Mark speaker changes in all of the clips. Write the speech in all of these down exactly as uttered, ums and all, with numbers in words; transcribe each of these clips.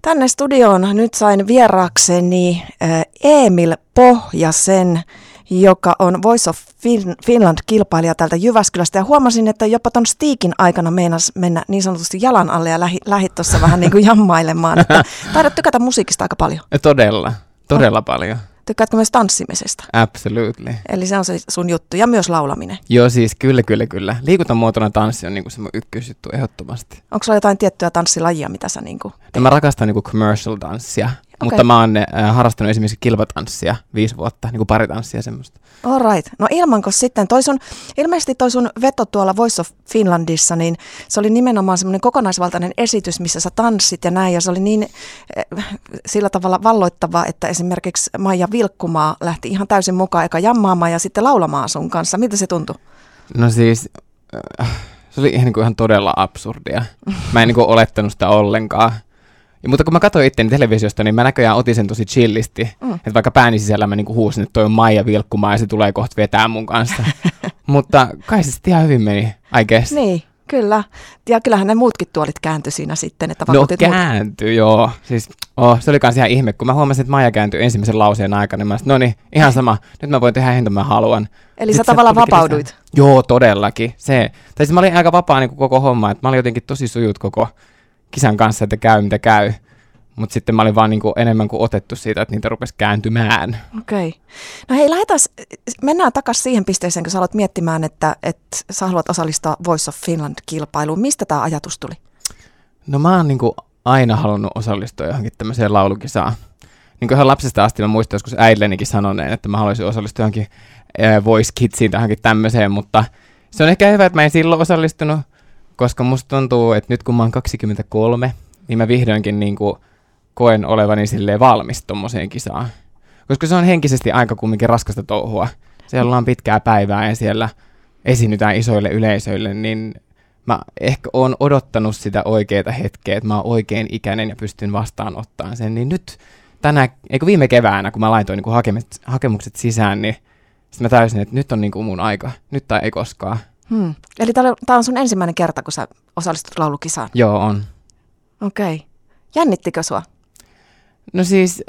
Speaker 1: Tänne studioon nyt sain vieraakseni Emil Pohjasen, joka on Voice of Finland-kilpailija täältä Jyväskylästä. Ja huomasin, että jopa ton Stiikin aikana meinas mennä niin sanotusti jalan alle ja lähi, lähit tuossa vähän niin kuin jammailemaan. Että taidat tykätä musiikista aika paljon.
Speaker 2: Todella, todella oh. paljon.
Speaker 1: Tykkäätkö myös tanssimisesta?
Speaker 2: Absolutely.
Speaker 1: Eli se on se sun juttu ja myös laulaminen.
Speaker 2: Joo, siis kyllä, kyllä, kyllä. Liikuntamuotona tanssi on niinku se mun ykkösjuttu ehdottomasti.
Speaker 1: Onko sulla jotain tiettyä tanssilajia, mitä sä niinku teet?
Speaker 2: No, mä rakastan niinku commercial-tanssia, okay. mutta mä oon äh, harrastanut esimerkiksi kilpatanssia viisi vuotta, niinku paritanssia semmoista.
Speaker 1: All right. No ilmanko sitten, toi sun, ilmeisesti toi sun veto tuolla Voice of Finlandissa, niin se oli nimenomaan semmoinen kokonaisvaltainen esitys, missä sä tanssit ja näin, ja se oli niin äh, sillä tavalla valloittava, että esimerkiksi Maija Vilkkumaa lähti ihan täysin mukaan eka jammaamaan ja sitten laulamaan sun kanssa. Miltä se tuntui?
Speaker 2: No siis, äh, se oli ihan, niin kuin ihan todella absurdia. Mä en niin kuin olettanut sitä ollenkaan. Ja, mutta kun mä katsoin itseäni televisiosta, niin mä näköjään otin sen tosi chillisti. Mm. Että vaikka pääni sisällä mä niinku huusin, että toi on Maija Vilkkumaa ja se tulee kohta vetää mun kanssa. Mutta kai se sitten ihan hyvin meni, I guess.
Speaker 1: Niin, kyllä. Ja kyllähän ne muutkin tuolit kääntyi siinä sitten. Että
Speaker 2: no kääntyi, muut. Joo. Siis, oh, se oli kans ihan ihme, kun mä huomasin, että Maija kääntyi ensimmäisen lauseen aikana. Niin mä sanoin, no niin, ihan sama. Nyt mä voin tehdä hinta, mä haluan.
Speaker 1: Eli sitten sä tavallaan vapauduit?
Speaker 2: Lisää. Joo, todellakin. Se. Tai siis mä olin aika vapaa niin kuin koko homma. Että mä olin jotenkin tosi sujut koko kisan kanssa, että käy mitä käy. Mutta sitten mä olin vaan niinku enemmän kuin otettu siitä, että niitä rupesi kääntymään. Okei.
Speaker 1: Okay. No hei, lähdetään, mennään takaisin siihen pisteeseen, kun sä aloit miettimään, että, että sä haluat osallistua Voice of Finland-kilpailuun. Mistä tämä ajatus tuli?
Speaker 2: No mä oon niinku aina halunnut osallistua johonkin tämmöiseen laulukisaan. Niin kuin ihan lapsesta asti mä muistan joskus äidillenikin sanoneen, että mä haluaisin osallistua johonkin äh, Voice Kidsiin tai johonkin tämmöiseen, mutta se on ehkä hyvä, että mä en silloin osallistunut, koska musta tuntuu, että nyt kun mä oon kaksikymmentäkolme, niin mä vihdoinkin niinku koen olevani silleen valmis tommoseen kisaan. Koska se on henkisesti aika kumminkin raskasta touhua. Siellä ollaan pitkää päivää ja siellä esiinnytään isoille yleisöille, niin mä ehkä oon odottanut sitä oikeaa hetkeä, että mä oon oikein ikäinen ja pystyn vastaanottamaan sen. Niin nyt tänä, eikö viime keväänä, kun mä laitoin niin kuin hakemukset, hakemukset sisään, niin sitten mä täysin, että nyt on niin kuin mun aika. Nyt tai ei koskaan.
Speaker 1: Hmm. Eli tää on sun ensimmäinen kerta, kun sä osallistut laulukisaan?
Speaker 2: Joo, on.
Speaker 1: Okei. Okay. Jännittikö sua?
Speaker 2: No siis,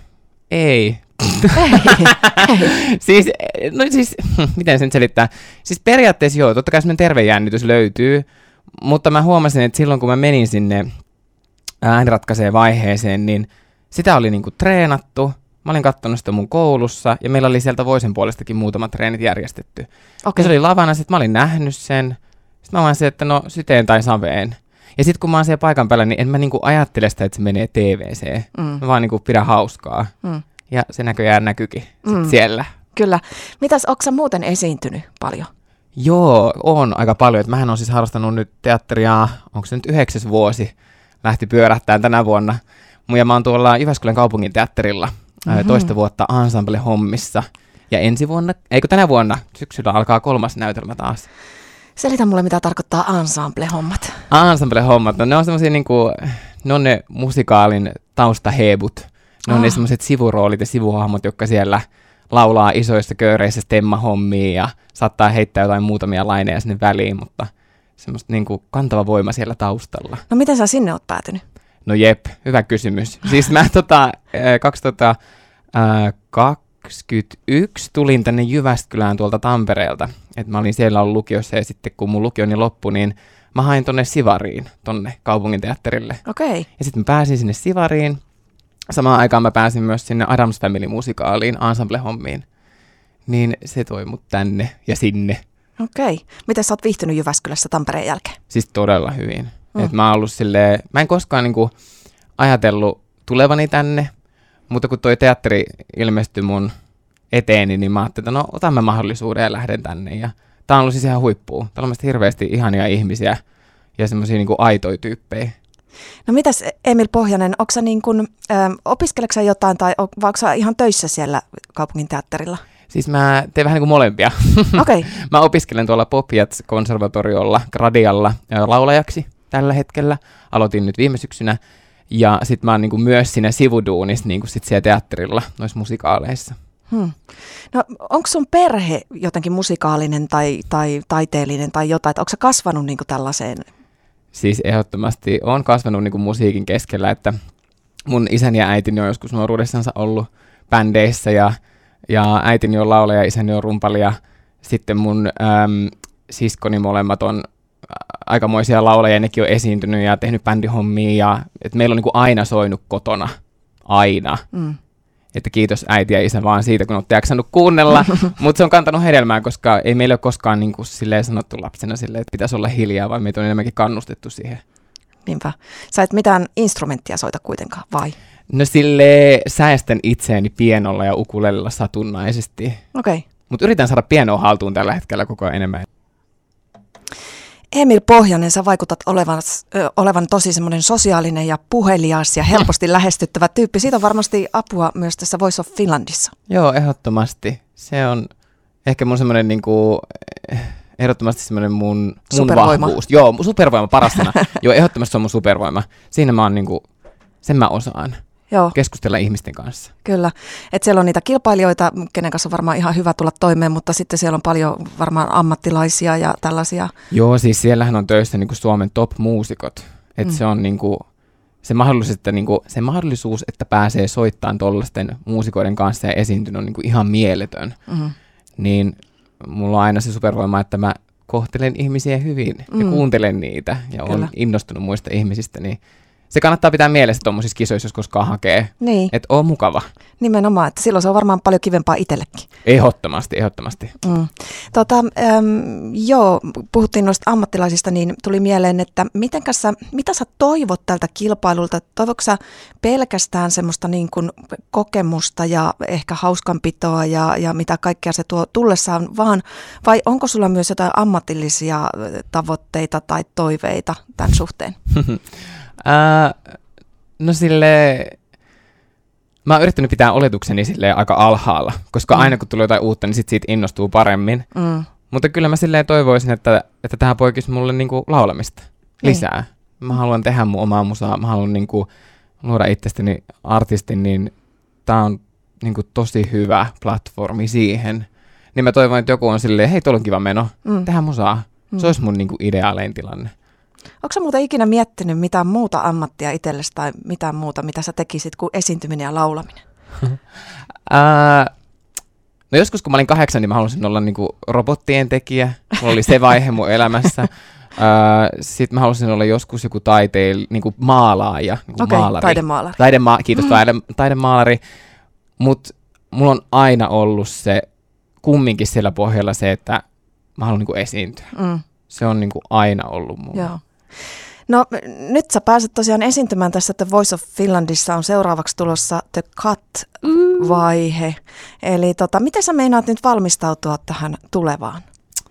Speaker 2: ei.
Speaker 1: ei, ei.
Speaker 2: siis, no siis, miten sen selittää? Siis periaatteessa joo, totta kai semmoinen terve jännitys löytyy, mutta mä huomasin, että silloin kun mä menin sinne äänenratkaiseen vaiheeseen, niin sitä oli niinku treenattu. Mä olin katsonut sitä mun koulussa ja meillä oli sieltä Voicen puolestakin muutamat treenit järjestetty. Okay. Ja se oli lavana, sit mä olin nähnyt sen. Sitten mä vaan se, että no syteen tai saveen. Ja sitten kun mä oon siellä paikan päällä, niin en mä niinku ajattele sitä, että se menee T V-seen. Mm. Mä vaan niinku pidän hauskaa. Mm. Ja se näköjään näkyykin mm. siellä.
Speaker 1: Kyllä. Mitäs, ootko sä muuten esiintynyt paljon?
Speaker 2: Joo, on aika paljon. Et mähän on siis harrastanut nyt teatteria, onko se nyt yhdeksäs vuosi, lähti pyörähtään tänä vuonna. Ja mä oon tuolla Jyväskylän kaupungin teatterilla mm-hmm. toista vuotta ensemble-hommissa. Ja ensi vuonna, eikö tänä vuonna, syksyllä alkaa kolmas näytelmä taas.
Speaker 1: Selitä mulle, mitä tarkoittaa ensemble-hommat.
Speaker 2: Ensemble-hommat, no ne on semmosia niinku, ne on ne musikaalin taustahebut. Ne on oh. ne semmoiset sivuroolit ja sivuhahmot, jotka siellä laulaa isoissa kööreissä stemmahommia ja saattaa heittää jotain muutamia laineja sinne väliin, mutta semmoista niinku kantava voima siellä taustalla.
Speaker 1: No miten sä sinne oot päätynyt?
Speaker 2: No jep, hyvä kysymys. Siis mä tota, kaksituhattakaksikymmentäyksi tulin tänne Jyväskylään tuolta Tampereelta. Et mä olin siellä ollut lukiossa ja sitten kun mun lukioni loppui, niin mä hain tonne Sivariin, tonne kaupunginteatterille.
Speaker 1: Okei. Okay.
Speaker 2: Ja sitten mä pääsin sinne Sivariin. Samaan aikaan mä pääsin myös sinne Addams Family-musikaaliin, ensemble-hommiin. Niin se toi mut tänne ja sinne.
Speaker 1: Okei. Okay. Miten sä oot viihtynyt Jyväskylässä Tampereen jälkeen?
Speaker 2: Siis todella hyvin. Mm. Et mä oon ollut silleen, mä en koskaan niinku ajatellut tulevani tänne, mutta kun toi teatteri ilmestyi mun eteeni, niin mä ajattelin, että no otan mä mahdollisuuden ja lähden tänne. Ja tää on ollut siis ihan huippua. Täällä on hirveästi ihania ihmisiä ja semmosia niinku aitoja tyyppejä.
Speaker 1: No mitäs Emil Pohjanen, onko sä niin kuin, ähm, opiskeleksä sä jotain tai onko sä ihan töissä siellä kaupungin teatterilla?
Speaker 2: Siis mä teen vähän niin kuin molempia.
Speaker 1: Okay.
Speaker 2: Mä opiskelen tuolla Pop-Jazz-konservatoriolla Gradialla laulajaksi tällä hetkellä. Aloitin nyt viime syksynä. Ja sit mä oon niin kuin myös siinä sivuduunissa niin kuin sit siellä teatterilla noissa musikaaleissa.
Speaker 1: Hmm. No onko sun perhe jotenkin musikaalinen tai, tai taiteellinen tai jotain? Onko sä kasvanut niin kuin tällaiseen?
Speaker 2: Siis ehdottomasti olen kasvanut niin kuin musiikin keskellä, että mun isäni ja äitini on joskus nuoruudessansa ollut bändeissä ja, ja äitini on laulaja ja isäni on rumpali ja sitten mun äm, siskoni molemmat on aikamoisia laulajia ja nekin on esiintynyt ja tehnyt bändihommia ja et meillä on niinku aina soinut kotona, aina. Mm. Että kiitos äiti ja isä vaan siitä, kun olette jaksanut kuunnella, mutta se on kantanut hedelmää, koska ei meillä ole koskaan niin kuin silleen sanottu lapsena silleen, että pitäisi olla hiljaa, vaan meitä on enemmänkin kannustettu siihen.
Speaker 1: Niinpä. Sä et mitään instrumenttia soita kuitenkaan, vai?
Speaker 2: No silleen säästän itseäni pienolla ja ukulelella satunnaisesti.
Speaker 1: Okei. Okay.
Speaker 2: Mutta yritän saada pienoa haltuun tällä hetkellä koko ajan enemmän.
Speaker 1: Emil Pohjonen, sä vaikutat olevan, ö, olevan tosi semmoinen sosiaalinen ja puhelias ja helposti lähestyttävä tyyppi. Siitä on varmasti apua myös tässä Voice of Finlandissa.
Speaker 2: Joo, ehdottomasti. Se on ehkä mun semmoinen niinku, ehdottomasti semmoinen mun, mun
Speaker 1: supervoima.
Speaker 2: Vahvuus. Joo, supervoima paras sana. Joo, ehdottomasti se on mun supervoima. Siinä mä oon niinku, sen mä osaan. Joo. Keskustella ihmisten kanssa.
Speaker 1: Kyllä, että siellä on niitä kilpailijoita, kenen kanssa on varmaan ihan hyvä tulla toimeen, mutta sitten siellä on paljon varmaan ammattilaisia ja tällaisia.
Speaker 2: Joo, siis siellähän on töissä niinku Suomen top-muusikot. Että mm. se on niinku, se, mahdollisuus, että niinku, se mahdollisuus, että pääsee soittamaan tollaisten muusikoiden kanssa ja esiintynyt on niinku ihan mieletön. Mm. Niin mulla on aina se supervoima, että mä kohtelen ihmisiä hyvin mm. ja kuuntelen niitä ja Kyllä. on innostunut muista ihmisistä, niin se kannattaa pitää mielessä tuommoisissa kisoissa, jos koskaan hakee, niin. Että on mukava.
Speaker 1: Nimenomaan, että silloin se on varmaan paljon kivempaa itsellekin.
Speaker 2: Ehdottomasti, ehdottomasti. Mm.
Speaker 1: Tota, äm, joo, puhuttiin noista ammattilaisista, niin tuli mieleen, että mitenkäs sä, mitä sä toivot tältä kilpailulta? Toivotko sä pelkästään semmoista niin kuin kokemusta ja ehkä hauskanpitoa ja, ja mitä kaikkea se tuo tullessaan vaan, vai onko sulla myös jotain ammatillisia tavoitteita tai toiveita tämän suhteen?
Speaker 2: Uh, no silleen, mä oon yrittänyt pitää oletukseni silleen aika alhaalla, koska mm. aina kun tulee jotain uutta, niin sit siitä innostuu paremmin. Mm. Mutta kyllä mä silleen toivoisin, että, että tähän poikisi mulle niinku laulamista lisää. Mm. Mä haluan tehdä mun omaa musaa, mä haluan niinku luoda itsestäni artistin, niin tää on niinku tosi hyvä platformi siihen. Niin mä toivon, että joku on silleen, hei, tuolla on kiva meno, mm. tehdään musaa. Mm. Se olisi mun niinku ideaalein tilanne.
Speaker 1: Onko sä muuten ikinä miettinyt mitään muuta ammattia itsellesi tai mitään muuta, mitä sä tekisit kuin esiintyminen ja laulaminen?
Speaker 2: uh, no joskus kun mä olin kahdeksan, niin mä halusin olla niinku robottien tekijä. Mulla oli se vaihe mun elämässä. Uh, Sitten mä halusin olla joskus joku taiteil, niinku maalaaja, niinku
Speaker 1: okay,
Speaker 2: maalari.
Speaker 1: taidemaalari.
Speaker 2: Taidema- kiitos, taide, taidemaalari. Mutta mulla on aina ollut se, kumminkin siellä pohjalla se, että mä haluan niinku esiintyä. Mm. Se on niinku aina ollut mulla.
Speaker 1: Joo. No nyt sä pääset tosiaan esiintymään tässä The Voice of Finlandissa, on seuraavaksi tulossa The Cut-vaihe. Mm. Eli tota, miten sä meinaat nyt valmistautua tähän tulevaan?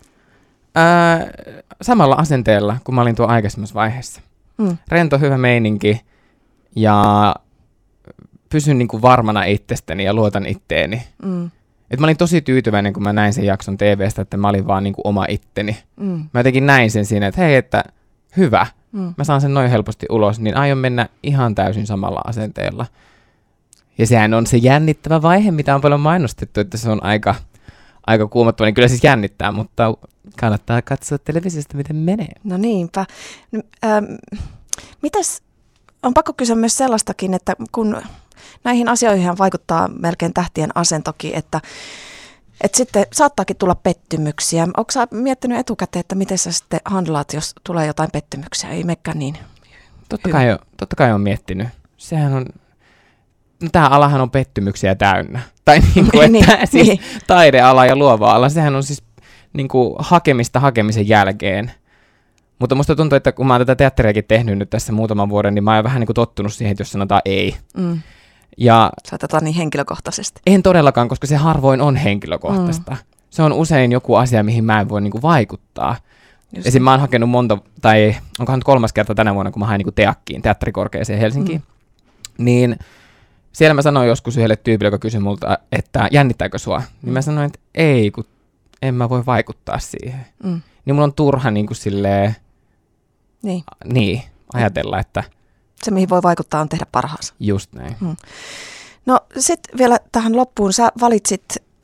Speaker 2: Ää, samalla asenteella, kun mä olin tuo aikaisemmassa vaiheessa. Mm. Rento, hyvä meininki ja pysyn niinku varmana itsestäni ja luotan itteeni. Mm. Et mä olin tosi tyytyväinen, kun mä näin sen jakson T V:stä, että mä olin vaan niinku oma itteni. Mm. Mä jotenkin näin sen siinä, että hei, että hyvä, mm. mä saan sen noin helposti ulos, niin aion mennä ihan täysin samalla asenteella. Ja sehän on se jännittävä vaihe, mitä on paljon mainostettu, että se on aika, aika kuumottava. Niin kyllä siis jännittää, mutta kannattaa katsoa televisiosta, miten menee.
Speaker 1: No niinpä. Ähm, mitäs, on pakko kysyä myös sellaistakin, että kun näihin asioihin vaikuttaa melkein tähtien asentokin, että, että sitten saattaakin tulla pettymyksiä. Oletko sä miettinyt etukäteen, että miten sä sitten handlaat, jos tulee jotain pettymyksiä? Ei mekään niin.
Speaker 2: Totta kai, on, totta kai on miettinyt. Sehän on, no tämä alahan on pettymyksiä täynnä. Tai niin kuin, että niin, siis niin. Taideala ja luova ala, sehän on siis niin kuin hakemista hakemisen jälkeen. Mutta musta tuntuu, että kun mä oon tätä teatteriakin tehnyt nyt tässä muutaman vuoden, niin mä oon vähän niin kuin tottunut siihen, että jos sanotaan ei. Mm. Ja
Speaker 1: sä otetaan niin henkilökohtaisesti.
Speaker 2: En todellakaan, koska se harvoin on henkilökohtaista. Mm. Se on usein joku asia, mihin mä en voi niinku vaikuttaa. Just Esim. Mä oon hakenut monta, tai onkohan nyt kolmas kerta tänä vuonna, kun mä hain niinku teakkiin, teatterikorkeeseen Helsinkiin. Mm. Niin siellä mä sanoin joskus yhdelle tyypille, joka kysyi multa, että jännittääkö sua? Mm. Niin mä sanoin, että ei, kun en mä voi vaikuttaa siihen. Mm. Niin mulla on turha niinku silleen, niin. Niin, ajatella, että
Speaker 1: se, mihin voi vaikuttaa, on tehdä parhaansa.
Speaker 2: Just näin. Hmm.
Speaker 1: No sitten vielä tähän loppuun. Sä valitsit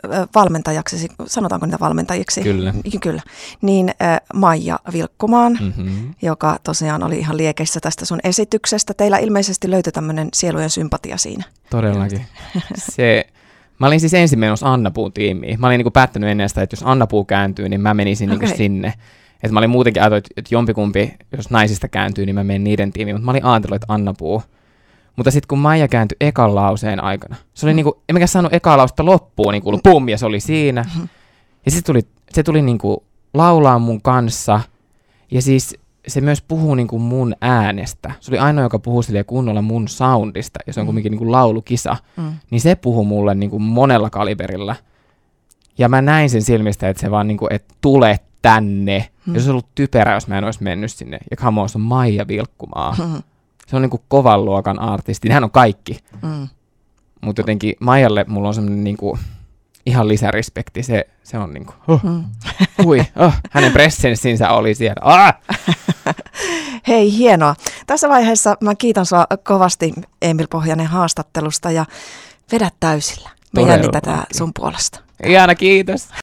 Speaker 1: valmentajaksi, sanotaanko niitä valmentajiksi?
Speaker 2: Kyllä.
Speaker 1: Kyllä. Niin äh, Maija Vilkkumaan,
Speaker 2: Mm-hmm.
Speaker 1: joka tosiaan oli ihan liekeissä tästä sun esityksestä. Teillä ilmeisesti löytyi tämmöinen sielujen sympatia siinä.
Speaker 2: Todellakin. Se, mä olin siis ensin menossa Anna-Puun tiimiin. Mä olin niin kuin päättänyt ennen sitä, että jos Anna-Puu kääntyy, niin mä menisin okay. niin kuin sinne. Et mä olin muutenkin ajatellut, että jompikumpi, jos naisista kääntyy, niin mä menen niiden tiimiin. Mutta mä olin ajatellut, että Anna-Puu. Mutta sitten kun Maija kääntyi ekan lauseen aikana, se oli mm. niinku, en mäkään saanut ekaa lausta loppuun, niin kuului pum, ja se oli siinä. Mm-hmm. Ja sitten tuli, se tuli niinku laulaa mun kanssa, ja siis se myös puhuu niinku mun äänestä. Se oli ainoa, joka puhuu silleen kunnolla mun soundista, ja se on kumminkin niinku laulukisa. Mm. Niin se puhui mulle niinku monella kaliberilla. Ja mä näin sen silmistä, että se vaan niinku, että tule tänne. Mm. Ja se olisi ollut typerä, jos mä en olisi mennyt sinne. Ja come on, se on Maija Vilkkumaa. Mm-hmm. Se on niinku kovan luokan artisti. Hän on kaikki. Mm. Mutta jotenkin Maijalle mulla on semmoinen niinku ihan lisärespekti. Se, se on niinku, oh, mm. hui, oh, hänen presenssinsä oli siellä. Ah!
Speaker 1: Hei, hienoa. Tässä vaiheessa mä kiitän sua kovasti, Emil Pohjanen, haastattelusta ja vedä täysillä. Me jännitetään sun puolesta.
Speaker 2: Ihana, kiitos.